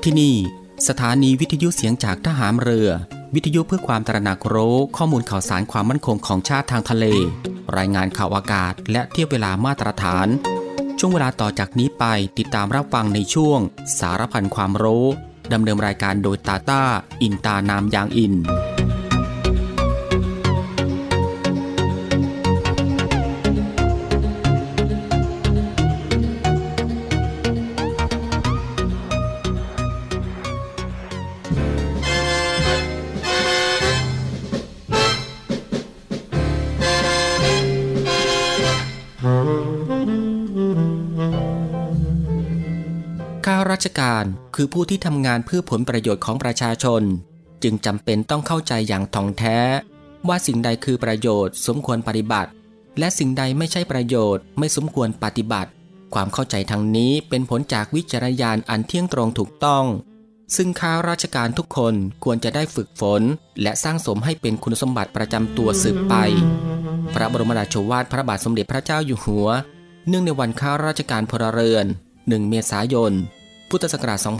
ที่นี่สถานีวิทยุเสียงจากทหารเรือวิทยุเพื่อความตระหนักรู้ข้อมูลข่าวสารความมั่นคงของชาติทางทะเลรายงานข่าวอากาศและเทียบเวลามาตรฐานช่วงเวลาต่อจากนี้ไปติดตามรับฟังในช่วงสารพันความรู้ดำเนินรายการโดยตาต้าอินตานามยางอินข้าราชการคือผู้ที่ทำงานเพื่อผลประโยชน์ของประชาชนจึงจำเป็นต้องเข้าใจอย่างถ่องแท้ว่าสิ่งใดคือประโยชน์สมควรปฏิบัติและสิ่งใดไม่ใช่ประโยชน์ไม่สมควรปฏิบัติความเข้าใจทางนี้เป็นผลจากวิจารณญาณอันเที่ยงตรงถูกต้องซึ่งข้าราชการทุกคนควรจะได้ฝึกฝนและสร้างสมให้เป็นคุณสมบัติประจำตัวสืบไปพระบรมราโชวาทพระบาทสมเด็จพระเจ้าอยู่หัวเนื่องในวันข้าราชการพลเรือน1 เมษายนพุทธศักราช 2565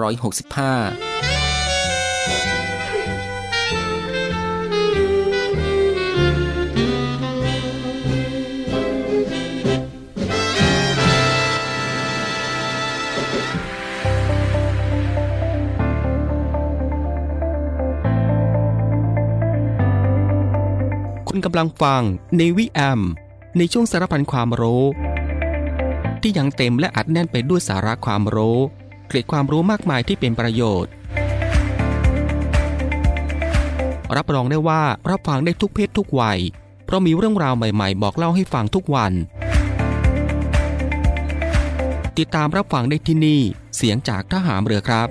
คุณกำลังฟัง Navy AM ในช่วงสารพันความรู้ที่ยังเต็มและอัดแน่นไปด้วยสาระความรู้เกร็ดความรู้มากมายที่เป็นประโยชน์รับรองได้ว่ารับฟังได้ทุกเพศทุกวัยเพราะมีเรื่องราวใหม่ๆบอกเล่าให้ฟังทุกวันติดตามรับฟังได้ที่นี่เสียงจากทหารเรือครับ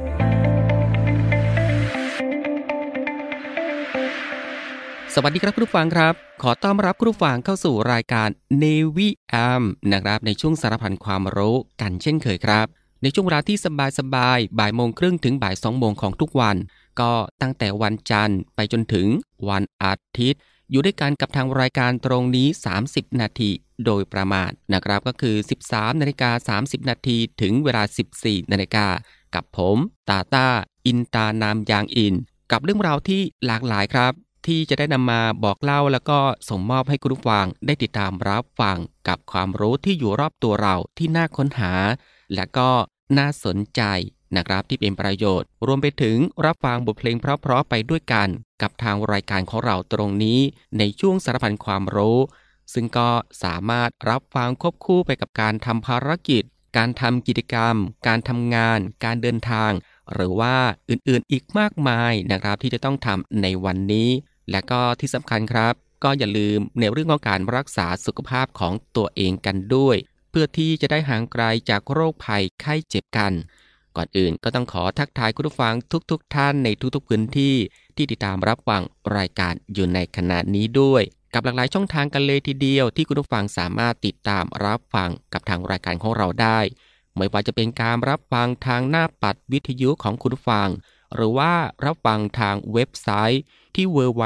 สวัสดีครับคุณผู้ฟังครับขอต้อนรับคุณผู้ฟังเข้าสู่รายการ Navy AM นะครับในช่วงสารพันความรู้กันเช่นเคยครับในช่วงเวลาที่สบายๆบ่ายโมงครึ่งถึงบ่าย2 โมงของทุกวันก็ตั้งแต่วันจันทร์ไปจนถึงวันอาทิตย์อยู่ด้วยกันกับทางรายการตรงนี้30 นาทีโดยประมาณนะครับก็คือ 13:30 นาทีถึงเวลา 14 นาฬิกากับผมตาต้าอินตานามยางอินกับเรื่องราวที่หลากหลายครับที่จะได้นำมาบอกเล่าแล้วก็ส่งมอบให้คุณผู้ฟังได้ติดตามรับฟังกับความรู้ที่อยู่รอบตัวเราที่น่าค้นหาและก็น่าสนใจนะครับที่เป็นประโยชน์รวมไปถึงรับฟังบทเพลงเพราะๆไปด้วยกันกับทางรายการของเราตรงนี้ในช่วงสารพันความรู้ซึ่งก็สามารถรับฟังควบคู่ไปกับการทำภารกิจการทำกิจกรรมการทำงานการเดินทางหรือว่าอื่นๆอีกมากมายนะครับที่จะต้องทำในวันนี้และก็ที่สำคัญครับก็อย่าลืมในเรื่องของการรักษาสุขภาพของตัวเองกันด้วยเพื่อที่จะได้ห่างไกลจากโรคภัยไข้เจ็บกันก่อนอื่นก็ต้องขอทักทายคุณผู้ฟังทุกท่านในทุกๆพื้นที่ที่ติดตามรับฟังรายการอยู่ในขณะนี้ด้วยกับหลากหลายช่องทางกันเลยทีเดียวที่คุณผู้ฟังสามารถติดตามรับฟังกับทางรายการของเราได้ไม่ว่าจะเป็นการรับฟังทางหน้าปัดวิทยุของคุณผู้ฟังหรือว่ารับฟังทางเว็บไซต์ที่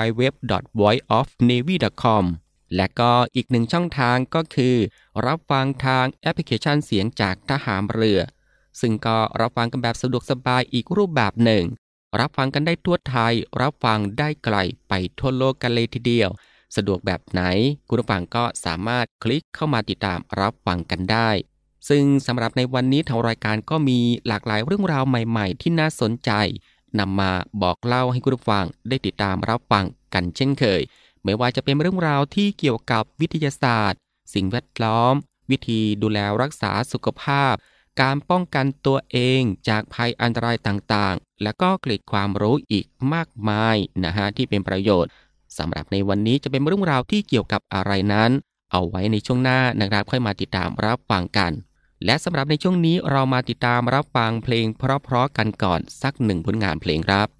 www.voiceofnavy.com และก็อีกหนึ่งช่องทางก็คือรับฟังทางแอปพลิเคชันเสียงจากทหารเรือซึ่งก็รับฟังกันแบบสะดวกสบายอีกรูปแบบหนึ่งรับฟังกันได้ทั่วไทยรับฟังได้ไกลไปทั่วโลกกันเลยทีเดียวสะดวกแบบไหนคุณผู้ฟังก็สามารถคลิกเข้ามาติดตามรับฟังกันได้ซึ่งสำหรับในวันนี้ทางรายการก็มีหลากหลายเรื่องราวใหม่ๆที่น่าสนใจนำมาบอกเล่าให้คุณผู้ฟังได้ติดตามรับฟังกันเช่นเคยไม่ว่าจะเป็นเรื่องราวที่เกี่ยวกับวิทยาศาสตร์สิ่งแวดล้อมวิธีดูแลรักษาสุขภาพการป้องกันตัวเองจากภัยอันตรายต่างๆและก็เกร็ดความรู้อีกมากมายนะฮะที่เป็นประโยชน์สำหรับในวันนี้จะเป็นเรื่องราวที่เกี่ยวกับอะไรนั้นเอาไว้ในช่วงหน้านะครับค่อยมาติดตามรับฟังกันและสำหรับในช่วงนี้เรามาติดตามรับฟังเพลงเพราะๆกันก่อนสักหนึ่งผลงานเพลงครับ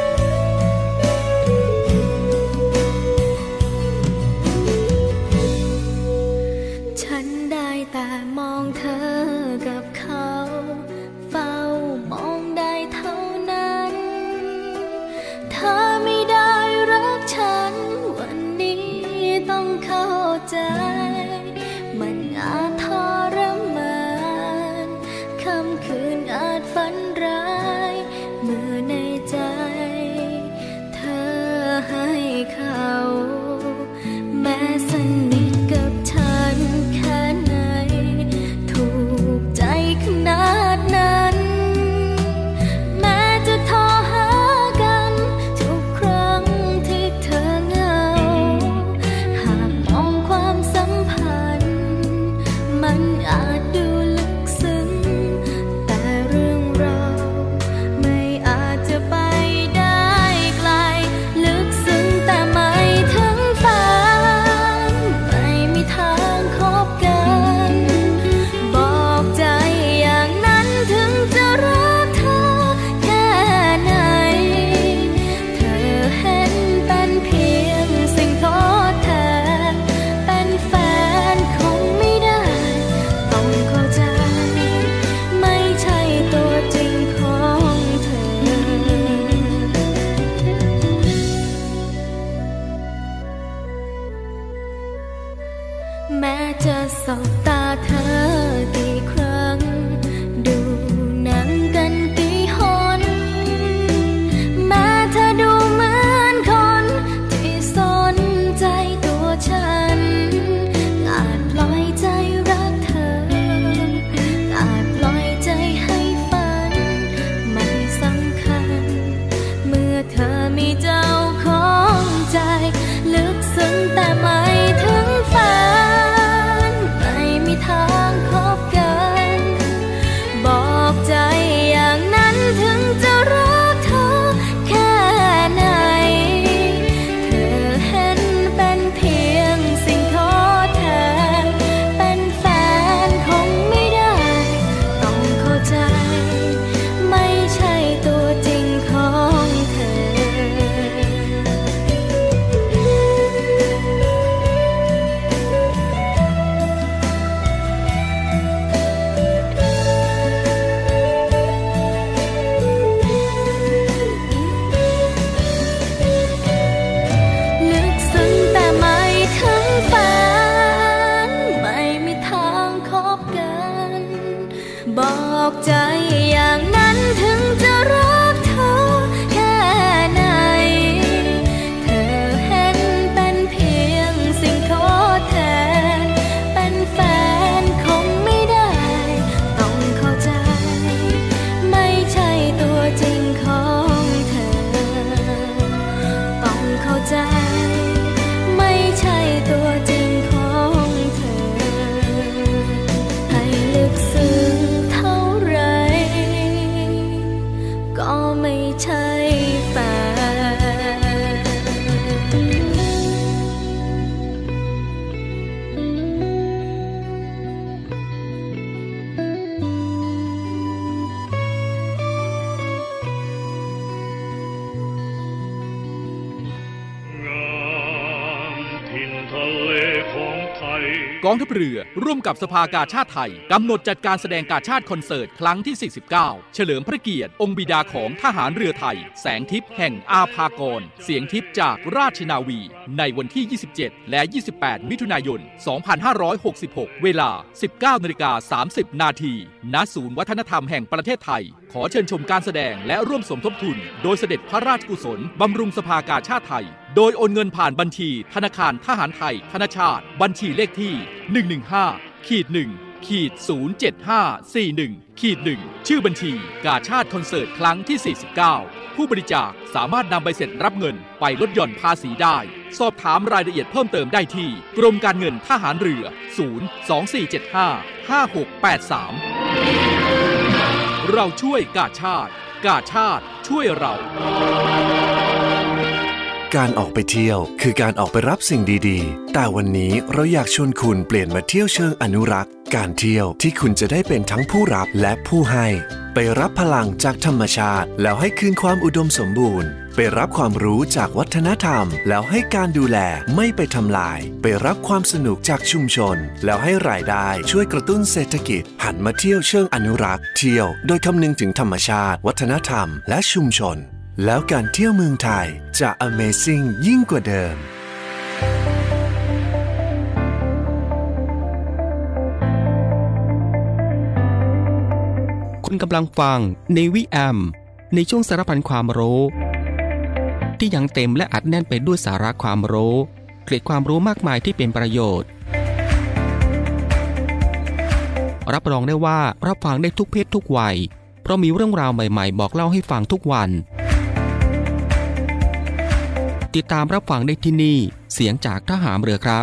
เช่แฟกองทัพเรือร่วมกับสภากาชาดไทยกำหนดจัดการแสดงกาชาดคอนเสิร์ตครั้งที่ 49 เฉลิมพระเกียรติองค์บิดาของทหารเรือไทยแสงทิพย์แห่งอาภากรเสียงทิพย์จากราชนาวีในวันที่ 27 และ 28 มิถุนายน 2566 เวลา 19:30 น.ณ ศูนย์วัฒนธรรมแห่งประเทศไทยขอเชิญชมการแสดงและร่วมสมทบทุนโดยเสด็จพระราชกุศลบำรุงสภากาชาดไทยโดยโอนเงินผ่านบัญชีธนาคารทหารไทยธนชาติบัญชีเลขที่ 115-1-07541-1ชื่อบัญชีกาชาดคอนเสิร์ตครั้งที่ 49 ผู้บริจาคสามารถนำใบเสร็จรับเงินไปลดหย่อนภาษีได้สอบถามรายละเอียดเพิ่มเติมได้ที่กรมการเงินทหารเรือ 024755683 เราช่วยกาชาดช่วยเราการออกไปเที่ยวคือการออกไปรับสิ่งดีๆแต่วันนี้เราอยากชวนคุณเปลี่ยนมาเที่ยวเชิงอนุรักษ์การเที่ยวที่คุณจะได้เป็นทั้งผู้รับและผู้ให้ไปรับพลังจากธรรมชาติแล้วให้คืนความอุดมสมบูรณ์ไปรับความรู้จากวัฒนธรรมแล้วให้การดูแลไม่ไปทำลายไปรับความสนุกจากชุมชนแล้วให้รายได้ช่วยกระตุ้นเศรษฐกิจหันมาเที่ยวเชิงอนุรักษ์เที่ยวโดยคำนึงถึงธรรมชาติวัฒนธรรมและชุมชนแล้วการเที่ยวเมืองไทยจะ Amazing ยิ่งกว่าเดิมคุณกำลังฟัง Navy AM ในช่วงสารพันความรู้ที่ยังเต็มและอัดแน่นไปด้วยสาระความรู้เกร็ดความรู้มากมายที่เป็นประโยชน์รับรองได้ว่ารับฟังได้ทุกเพศทุกวัยเพราะมีเรื่องราวใหม่ๆบอกเล่าให้ฟังทุกวันติดตามรับฟังได้ที่นี่เสียงจากทหารเรือครับ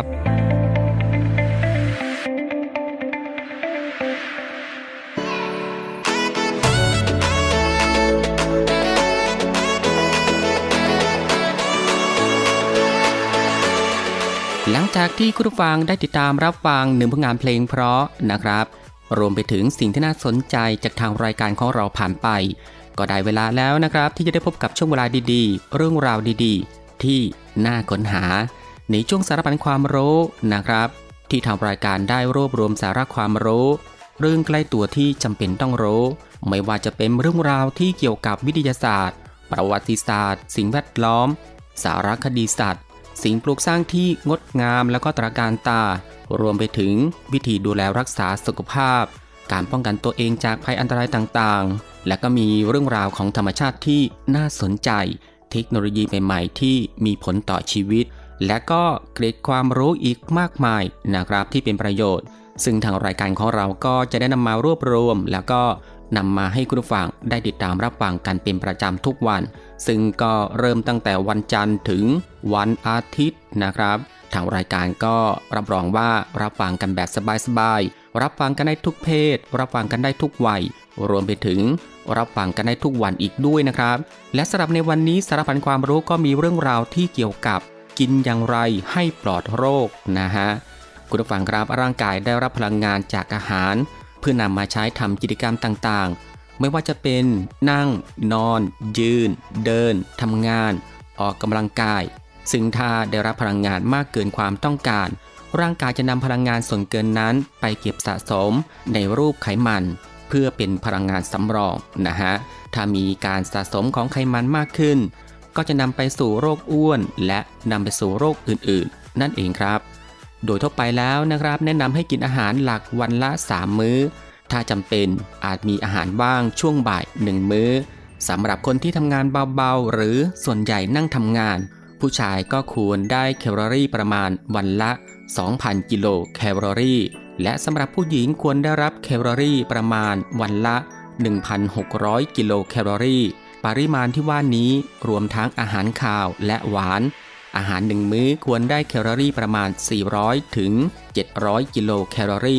หลังจากที่คุณผู้ฟังได้ติดตามรับฟังหนึ่งผลงานเพลงเพราะนะครับรวมไปถึงสิ่งที่น่าสนใจจากทางรายการของเราผ่านไปก็ได้เวลาแล้วนะครับที่จะได้พบกับช่วงเวลาดีๆเรื่องราวดีๆที่น่าค้นหาในช่วงสารพันความรู้นะครับที่ทางรายการได้รวบรวมสาระความรู้เรื่องใกล้ตัวที่จำเป็นต้องรู้ไม่ว่าจะเป็นเรื่องราวที่เกี่ยวกับวิทยาศาสตร์ประวัติศาสตร์สิ่งแวดล้อมสารคดีสัตว์สิ่งปลูกสร้างที่งดงามและก็ตระการตารวมไปถึงวิธีดูแลรักษาสุขภาพการป้องกันตัวเองจากภัยอันตรายต่างๆและก็มีเรื่องราวของธรรมชาติที่น่าสนใจเทคโนโลยีใหม่ๆที่มีผลต่อชีวิตและก็เกร็ดความรู้อีกมากมายนะครับที่เป็นประโยชน์ซึ่งทางรายการของเราก็จะได้นำมารวบรวมแล้วก็นำมาให้คุณผู้ฟังได้ติดตามรับฟังกันเป็นประจำทุกวันซึ่งก็เริ่มตั้งแต่วันจันทร์ถึงวันอาทิตย์นะครับทางรายการก็รับรองว่ารับฟังกันแบบสบายๆรับฟังกันได้ทุกเพศรับฟังกันได้ทุกวัยรวมไปถึงรับฟังกันได้ทุกวันอีกด้วยนะครับและสำหรับในวันนี้สารพันความรู้ก็มีเรื่องราวที่เกี่ยวกับกินอย่างไรให้ปลอดโรคนะฮะคุณผู้ฟังครับร่างกายได้รับพลังงานจากอาหารเพื่อนำมาใช้ทำกิจกรรมต่างๆไม่ว่าจะเป็นนั่งนอนยืนเดินทำงานออกกำลังกายซึ่งถ้าได้รับพลังงานมากเกินความต้องการร่างกายจะนำพลังงานส่วนเกินนั้นไปเก็บสะสมในรูปไขมันเพื่อเป็นพลังงานสำรองนะฮะถ้ามีการสะสมของไขมันมากขึ้นก็จะนำไปสู่โรคอ้วนและนำไปสู่โรคอื่นๆนั่นเองครับโดยทั่วไปแล้วนะครับแนะนำให้กินอาหารหลักวันละ3มื้อถ้าจำเป็นอาจมีอาหารว่างช่วงบ่าย1มื้อสำหรับคนที่ทำงานเบาๆหรือส่วนใหญ่นั่งทำงานผู้ชายก็ควรได้แคลอรี่ประมาณวันละ 2,000 กิโลแคลอรี่และสำหรับผู้หญิงควรได้รับแคลอรี่ประมาณวันละ 1,600 กิโลแคลอรี่ปริมาณที่ว่านี้รวมทั้งอาหารคาวและหวานอาหาร1มื้อควรได้แคลอรี่ประมาณ400ถึง700กิโลแคลอรี่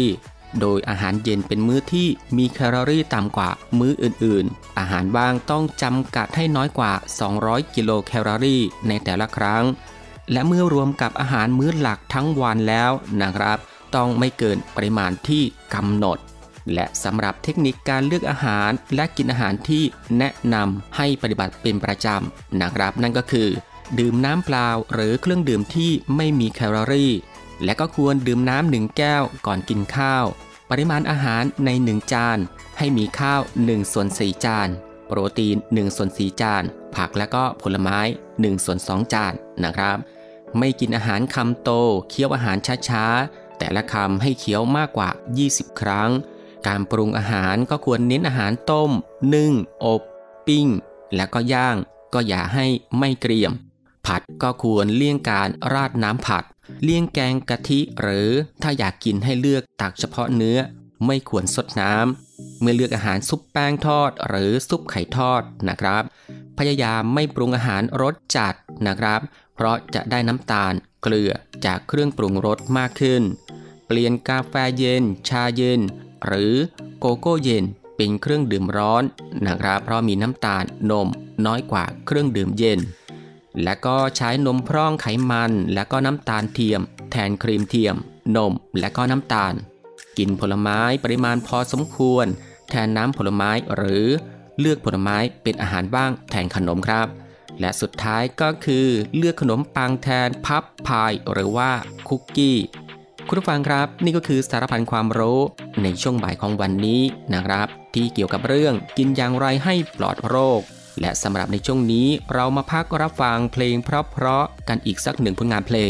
โดยอาหารเย็นเป็นมื้อที่มีแคลอรี่ต่ำกว่ามื้ออื่นๆอาหารว่างต้องจำกัดให้น้อยกว่า200กิโลแคลอรี่ในแต่ละครั้งและเมื่อรวมกับอาหารมื้อหลักทั้งวันแล้วนะครับต้องไม่เกินปริมาณที่กำหนดและสำหรับเทคนิคการเลือกอาหารและกินอาหารที่แนะนำให้ปฏิบัติเป็นประจำนะครับนั่นก็คือดื่มน้ำเปล่าหรือเครื่องดื่มที่ไม่มีแคลอรี่และก็ควรดื่มน้ำ1แก้วก่อนกินข้าวปริมาณอาหารใน1จานให้มีข้าว1/4 จานโปรตีน1/4 จานผักและก็ผลไม้1/2 จานนะครับไม่กินอาหารคำโตเคี้ยวอาหารช้าๆแต่ละคำให้เคี้ยวมากกว่า20ครั้งการปรุงอาหารก็ควรเน้นอาหารต้มนึ่งอบปิ้งและก็ย่างก็อย่าให้ไม่เกรียมผัดก็ควรเลี่ยงการราดน้ำผัดเลี่ยงแกงกะทิหรือถ้าอยากกินให้เลือกตักเฉพาะเนื้อไม่ควรซดน้ำเมื่อเลือกอาหารซุปแป้งทอดหรือซุปไข่ทอดนะครับพยายามไม่ปรุงอาหารรสจัดนะครับเพราะจะได้น้ำตาลเกลือจากเครื่องปรุงรสมากขึ้นเปลี่ยนกาแฟเย็นชาเย็นหรือโกโก้เย็นเป็นเครื่องดื่มร้อนนะครับเพราะมีน้ำตาลนมน้อยกว่าเครื่องดื่มเย็นและก็ใช้นมพร่องไขมันและก็น้ำตาลเทียมแทนครีมเทียมนมและก็น้ำตาลกินผลไม้ปริมาณพอสมควรแทนน้ำผลไม้หรือเลือกผลไม้เป็นอาหารบ้างแทนขนมครับและสุดท้ายก็คือเลือกขนมปังแทนพับพายหรือว่าคุกกี้คุณผู้ฟังครับนี่ก็คือสารพันความรู้ในช่วงบ่ายของวันนี้นะครับที่เกี่ยวกับเรื่องกินอย่างไรให้ปลอดโรคและสำหรับในช่วงนี้เรามาพักรับฟังเพลงเพราะๆกันอีกสักหนึ่งผลงานเพลง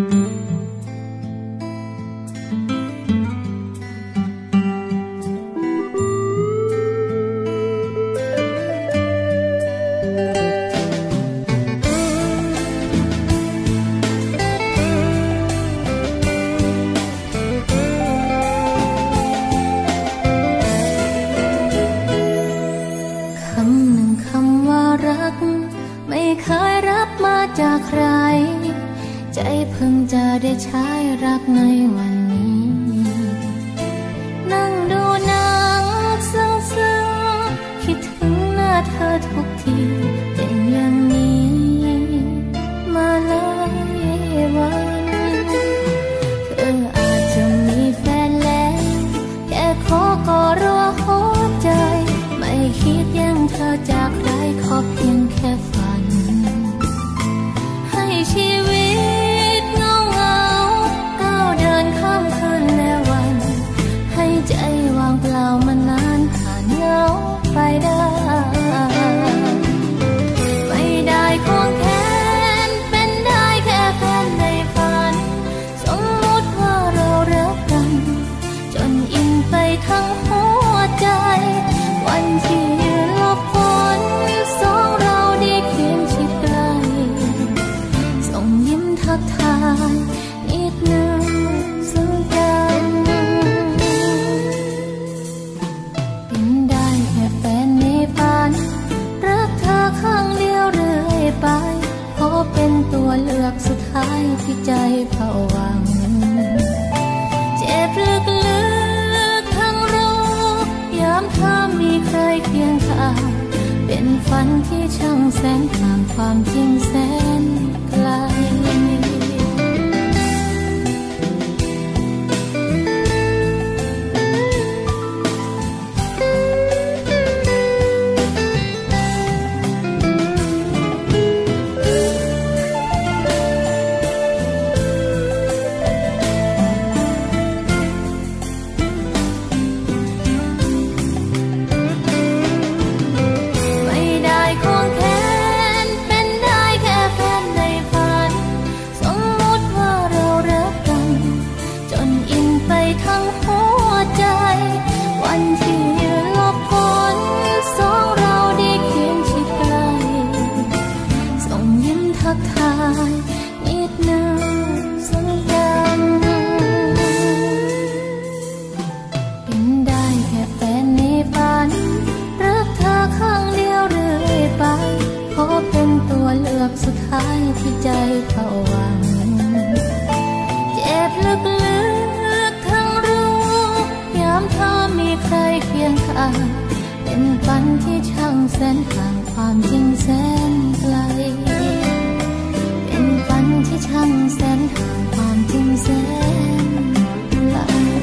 จากใครใจเพิ่งจะได้ใช้รักในวันนี้นั่งดูหนังซึ้งๆคิดถึงหน้าเธอทุกทีเป็นอย่างนี้มาหลายวันเธออาจจะมีแฟนแล้วแค่ขอก็รัวหัวใจไม่คิดยังเธอจากใครขอเพียงแค่ฝันชีวิตเงาก้าวเดินข้ามคืนและวันให้ใจว่างเปล่ามันนานผ่านเงาไปได้ไม่ได้ควงแขนเป็นได้แค่แฟนในฝันสมมติว่าเรารักกันจนอินไปทั้งหัวใจวันที่ลบฝนสองเราได้เคียงชิดใกล้ยิ้มทักทายนิดนึงซึ้งกันเป็นได้แค่แฟนในฝันรักเธอข้างเดียวเรื่อยไปขอเป็นตัวเลือกสุดท้ายที่ใจเฝ้าหวังเจ็บลึกๆทั้งรู้ยามเธอมีใครเคียงข้างเป็นฝันที่ช่างแสนห่างความจริงแสนไกลสุดท้ายที่ใจเฝ้าหวังเจ็บลึกๆทั้งรู้แสนห่างความจริงแสนไกลเป็นฝันที่ช่างแสนห่างความจริงแสนไกล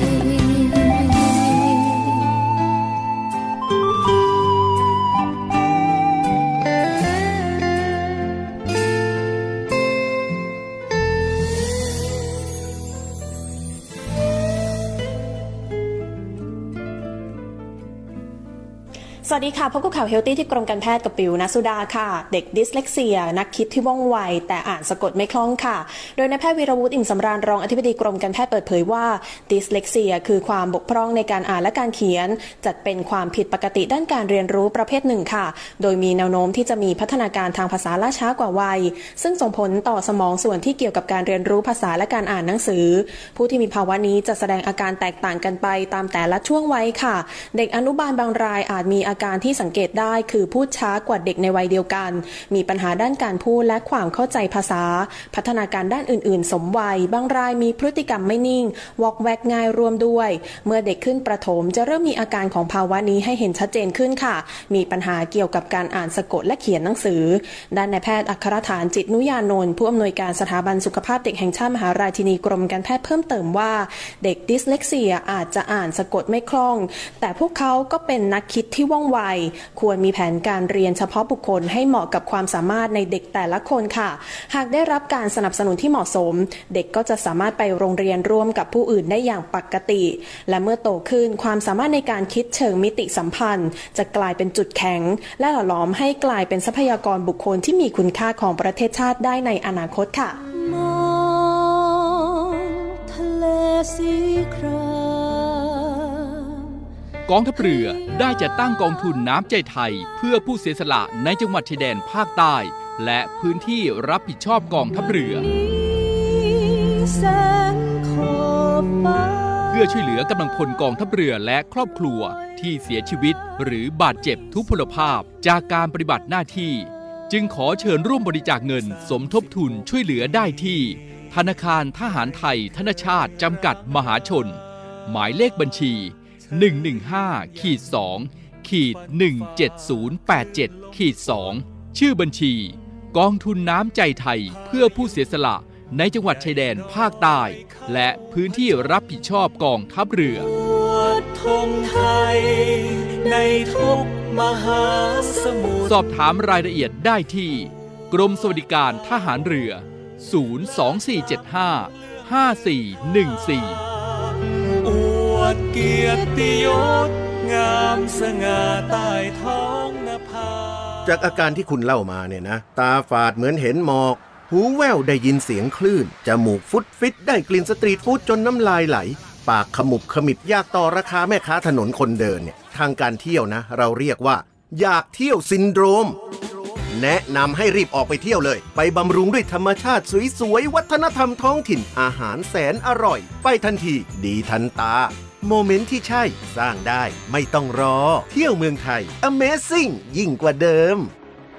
สวัสดีค่ะพบกับข่าวเฮลตี้ที่กรมการแพทย์กับปิวณสุดาค่ะเด็กดิสเลกเซียนักคิดที่ว่องไวแต่อ่านสะกดไม่คล่องค่ะโดยนายแพทย์วีรวุฒิอิ่มสำราญรองอธิบดีกรมการแพทย์เปิดเผยว่าดิสเลกเซียคือความบกพร่องในการอ่านและการเขียนจัดเป็นความผิดปกติด้านการเรียนรู้ประเภทหนึ่งค่ะโดยมีแนวโน้มที่จะมีพัฒนาการทางภาษาล่าช้ากว่าวัยซึ่งส่งผลต่อสมองส่วนที่เกี่ยวกับการเรียนรู้ภาษาและการอ่านหนังสือผู้ที่มีภาวะนี้จะแสดงอาการแตกต่างกันไปตามแต่ละช่วงวัยค่ะเด็กอนุบาลบางรายอาจมีอาการที่สังเกตได้คือพูดช้ากว่าเด็กในวัยเดียวกันมีปัญหาด้านการพูดและความเข้าใจภาษาพัฒนาการด้านอื่นๆสมวัยบางรายมีพฤติกรรมไม่นิ่งวอกแวกง่ายร่วมด้วยเมื่อเด็กขึ้นประถมจะเริ่มมีอาการของภาวะนี้ให้เห็นชัดเจนขึ้นค่ะมีปัญหาเกี่ยวกับการอ่านสะกดและเขียนหนังสือด้านนายแพทย์อัครฐานจิตนุยานนท์ผู้อำนวยการสถาบันสุขภาพเด็กแห่งชาติมหาราชินีกรมการแพทย์เพิ่มเติมว่าเด็กดิสเลกเซียอาจจะอ่านสะกดไม่คล่องแต่พวกเขาก็เป็นนักคิดที่ว่องไวควรมีแผนการเรียนเฉพาะบุคคลให้เหมาะกับความสามารถในเด็กแต่ละคนค่ะหากได้รับการสนับสนุนที่เหมาะสมเด็กก็จะสามารถไปโรงเรียนร่วมกับผู้อื่นได้อย่างปกติและเมื่อโตขึ้นความสามารถในการคิดเชิงมิติสัมพันธ์จะกลายเป็นจุดแข็งและหล่อหลอมให้กลายเป็นทรัพยากรบุคคลที่มีคุณค่าของประเทศชาติได้ในอนาคตค่ะมองทะเลสีครามกองทัพเรือได้จัดตั้งกองทุนน้ำใจไทยเพื่อผู้เสียสละในจังหวัดชายแดนภาคใต้และพื้นที่รับผิดชอบกองทัพเรือเพื่อช่วยเหลือกำลังพลกองทัพเรือและครอบครัวที่เสียชีวิตหรือบาดเจ็บทุพพลภาพจากการปฏิบัติหน้าที่จึงขอเชิญร่วมบริจาคเงินสมทบทุนช่วยเหลือได้ที่ธนาคารทหารไทยธนชาติจำกัดมหาชนหมายเลขบัญชี115-2-17087-2ชื่อบัญชีกองทุนน้ำใจไทยเพื่อผู้เสียสละในจังหวัดชายแดนภาคใต้และพื้นที่รับผิดชอบกองทัพเรือธงไทยในทุกมหาสมุทรสอบถามรายละเอียดได้ที่กรมสวัสดิการทหารเรือ02475-5414 เกียรติยศงามสง่าใต้ท้องนภาจากอาการที่คุณเล่ามาเนี่ยนะตาฝาดเหมือนเห็นหมอกหูแว่วได้ยินเสียงคลื่นจมูกฟุดฟิตได้กลิ่นสตรีทฟู้ดจนน้ำลายไหลปากขมุบขมิบอยากต่อราคาแม่ค้าถนนคนเดินเนี่ยทางการเที่ยวนะเราเรียกว่าอยากเที่ยวซินโดรมแนะนำให้รีบออกไปเที่ยวเลยไปบำรุงด้วยธรรมชาติสวยๆวัฒนธรรมท้องถิ่นอาหารแสนอร่อยไปทันทีดีทันตาโมเมนต์ที่ใช่สร้างได้ไม่ต้องรอเที่ยวเมืองไทย Amazing ยิ่งกว่าเดิม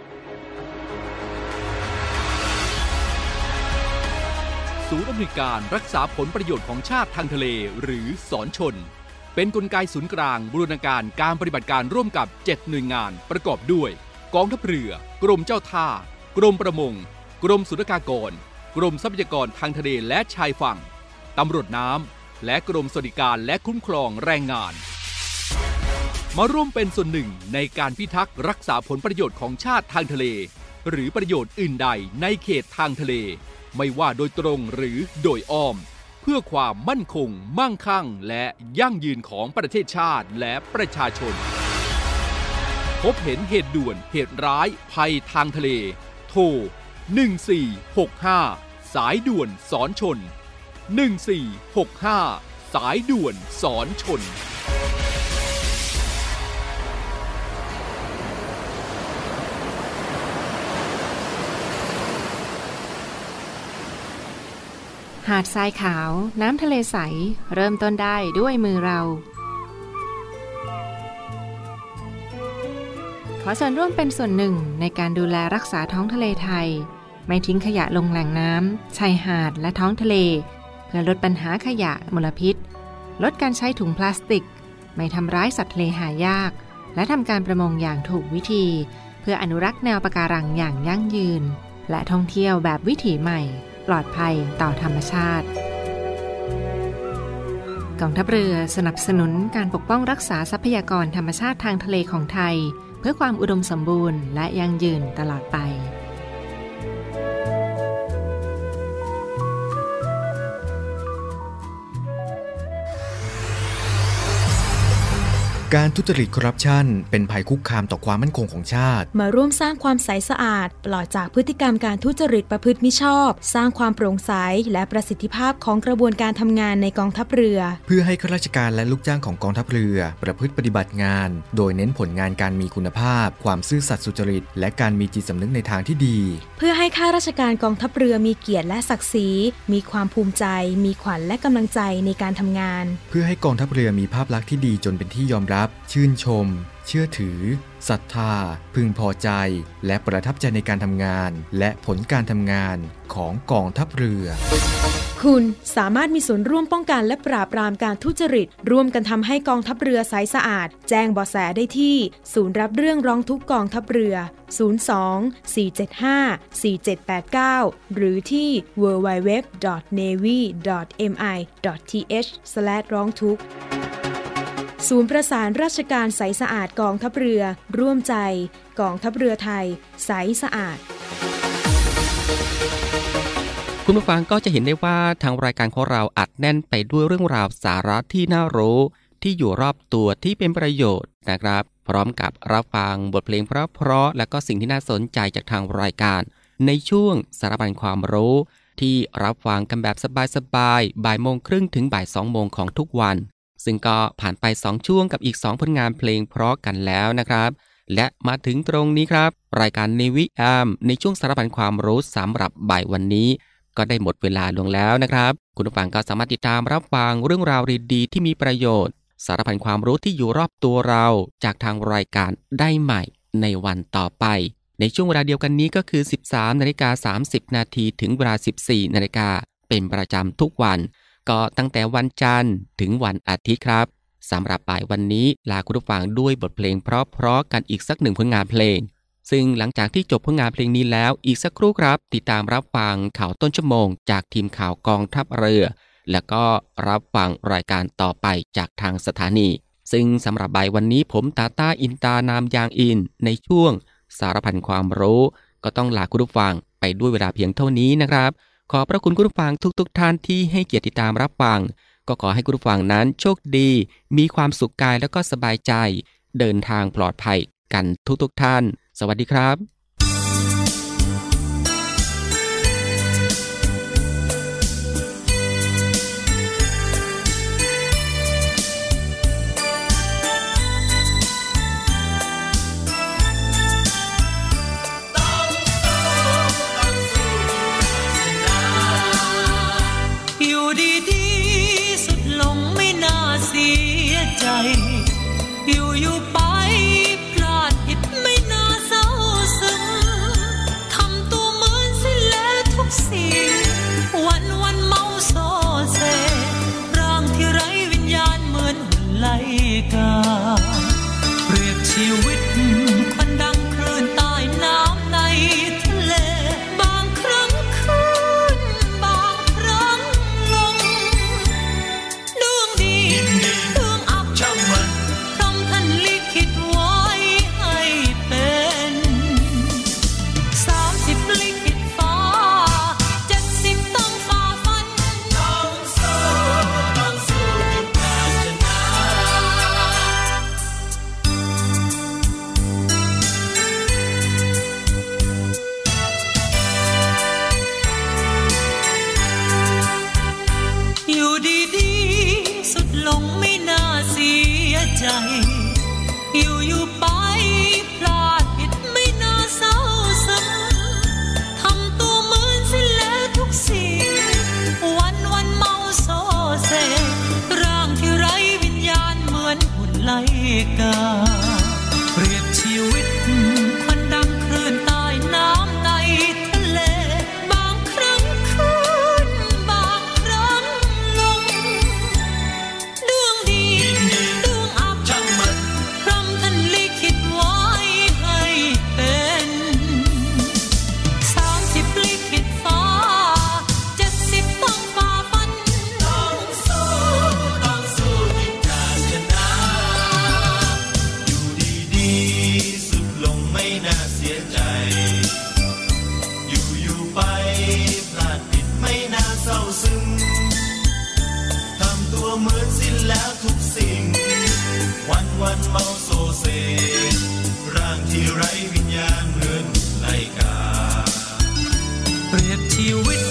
ศูนย์อำนวยการรักษาผลประโยชน์ของชาติทางทะเลหรือศรชนเป็นกลไกศูนย์กลางบูรณาการการปฏิบัติการร่วมกับ7หน่วยงานประกอบด้วยกองทัพเรือกรมเจ้าท่ากรมประมงกรมศุลกากรกรมทรัพยากรทางทะเลและชายฝั่งตำรวจน้ำและกรมสวัสดิการและคุ้มครองแรงงานมาร่วมเป็นส่วนหนึ่งในการพิทักษ์รักษาผลประโยชน์ของชาติทางทะเลหรือประโยชน์อื่นใดในเขตทางทะเลไม่ว่าโดยตรงหรือโดยอ้อมเพื่อความมั่นคงมั่งคั่งและยั่งยืนของประเทศชาติและประชาชนพบเห็นเหตุด่วนเหตุร้ายภัยทางทะเลโทร1465สายด่วนสอนชน1465สายด่วนสอนชนหาดทรายขาวน้ำทะเลใสเริ่มต้นได้ด้วยมือเราขอส่วนร่วมเป็นส่วนหนึ่งในการดูแลรักษาท้องทะเลไทยไม่ทิ้งขยะลงแหล่งน้ำชายหาดและท้องทะเลเพื่อลดปัญหาขยะมลพิษลดการใช้ถุงพลาสติกไม่ทำร้ายสัตว์ทะเลหายากและทำการประมงอย่างถูกวิธีเพื่ออนุรักษ์แนวปะการังอย่างยั่งยืนและท่องเที่ยวแบบวิถีใหม่ปลอดภัยต่อธรรมชาติกองทัพเรือสนับสนุนการปกป้องรักษาทรัพยากรธรรมชาติทางทะเลของไทยเพื่อความอุดมสมบูรณ์และยั่งยืนตลอดไปการทุจริตคอร์รัปชันเป็นภัยคุกคามต่อความมั่นคงของชาติมาร่วมสร้างความใสสะอาดปลอดจากพฤติกรรมการทุจริตประพฤติมิชอบสร้างความโปร่งใสและประสิทธิภาพของกระบวนการทำงานในกองทัพเรือเพื่อให้ข้าราชการและลูกจ้างของกองทัพเรือประพฤติปฏิบัติงานโดยเน้นผลงานการมีคุณภาพความซื่อสัตย์สุจริตและการมีจิตสำนึกในทางที่ดีเพื่อให้ข้าราชการกองทัพเรือมีเกียรติและศักดิ์ศรีมีความภูมิใจมีขวัญและกำลังใจในการทำงานเพื่อให้กองทัพเรือมีภาพลักษณ์ที่ดีจนเป็นที่ยอมรับชื่นชมเชื่อถือศรัทธาพึงพอใจและประทับใจในการทำงานและผลการทำงานของกองทัพเรือคุณสามารถมีส่วนร่วมป้องกันและปราบปรามการทุจริตร่วมกันทำให้กองทัพเรือใสสะอาดแจ้งเบาะแสได้ที่ศูนย์รับเรื่องร้องทุกข์กองทัพเรือ02-475-4789หรือที่ www.navy.mi.th/ร้องทุกข์ศูนย์ประสานราชการใสสะอาดกองทัพเรือร่วมใจกองทัพเรือไทยใสสะอาดคุณผู้ฟังก็จะเห็นได้ว่าทางรายการของเราอัดแน่นไปด้วยเรื่องราวสาระที่น่ารู้ที่อยู่รอบตัวที่เป็นประโยชน์นะครับพร้อมกับรับฟังบทเพลงเพราะๆและก็สิ่งที่น่าสนใจจากทางรายการในช่วงสารพันความรู้ที่รับฟังกันแบบสบายๆบ่ายโมงครึ่งถึงบ่าย2โมงของทุกวันซึ่งก็ผ่านไป2ช่วงกับอีก2ผลงานเพลงเพราะกันแล้วนะครับและมาถึงตรงนี้ครับรายการ Navy AM ในช่วงสารพันความรู้สำหรับบ่ายวันนี้ก็ได้หมดเวลาลงแล้วนะครับคุณผู้ฟังก็สามารถติดตามรับฟังเรื่องราวดีๆที่มีประโยชน์สารพันความรู้ที่อยู่รอบตัวเราจากทางรายการได้ใหม่ในวันต่อไปในช่วงเวลาเดียวกันนี้ก็คือ 13:30 นาทีถึงเวลา 14:00 นเป็นประจำทุกวันก็ตั้งแต่วันจันทร์ถึงวันอาทิตย์ครับสำหรับบ่ายวันนี้ลาคุณผู้ฟังด้วยบทเพลงเพราะๆกันอีกสักหนึ่งผลงานเพลงซึ่งหลังจากที่จบผลงานเพลงนี้แล้วอีกสักครู่ครับติดตามรับฟังข่าวต้นชั่วโมงจากทีมข่าวกองทัพเรือแล้วก็รับฟังรายการต่อไปจากทางสถานีซึ่งสำหรับบ่ายวันนี้ผมตาต้าอินตานามยางอินในช่วงสารพันความรู้ก็ต้องลาคุณผู้ฟังไปด้วยเวลาเพียงเท่านี้นะครับขอพระคุณคุณผู้ฟังทุกท่านที่ให้เกียรติติดตามรับฟังก็ขอให้คุณผู้ฟังนั้นโชคดีมีความสุขกายแล้วก็สบายใจเดินทางปลอดภัยกันทุกท่านสวัสดีครับอยู่ไปพลาดผิดไม่น่าเศร้าซึ้งทำตัวเหมือนสิ้นแล้วทุกสิ่งวันเมาโซเซร่างที่ไร้วิญญาณเหมือนหุ่นไล่กาเปรียบชีวิตควันดังคลื่นใต้น้ำในทะเลบางครั้งขึ้นบางครั้งลงดวงดีดวงอับช่างมันลิขิตไว้ให้เป็น30ลิขิตฟ้า70ต้องฝ่าฟันต้องสู้ถึงแพ้ชนะอยู่ดีๆสุดลงไม่น่าเสียใจอยู่ไปพลาดผิดไม่น่าเศร้าซึ้งทำตัวเหมือนสิ้นแล้วทุกสิ่งวันเมาโซเซร่างที่ไร้วิญญาณเหมือนหุ่นไล่กาเปรียบชีวิตควันดังคลื่นใต้น้ำในทะเลบางครั้งขึ้นบางครั้งลงดวงดีดวงอับช่างมันพรหมท่านลิศร้าซึมทำตัวเหมือนสิ้นแล้วทุกสิ่งวันเมาโซเซร่างที่ไร้วิญญาณเหมือนไลกาเปรียบชีวิต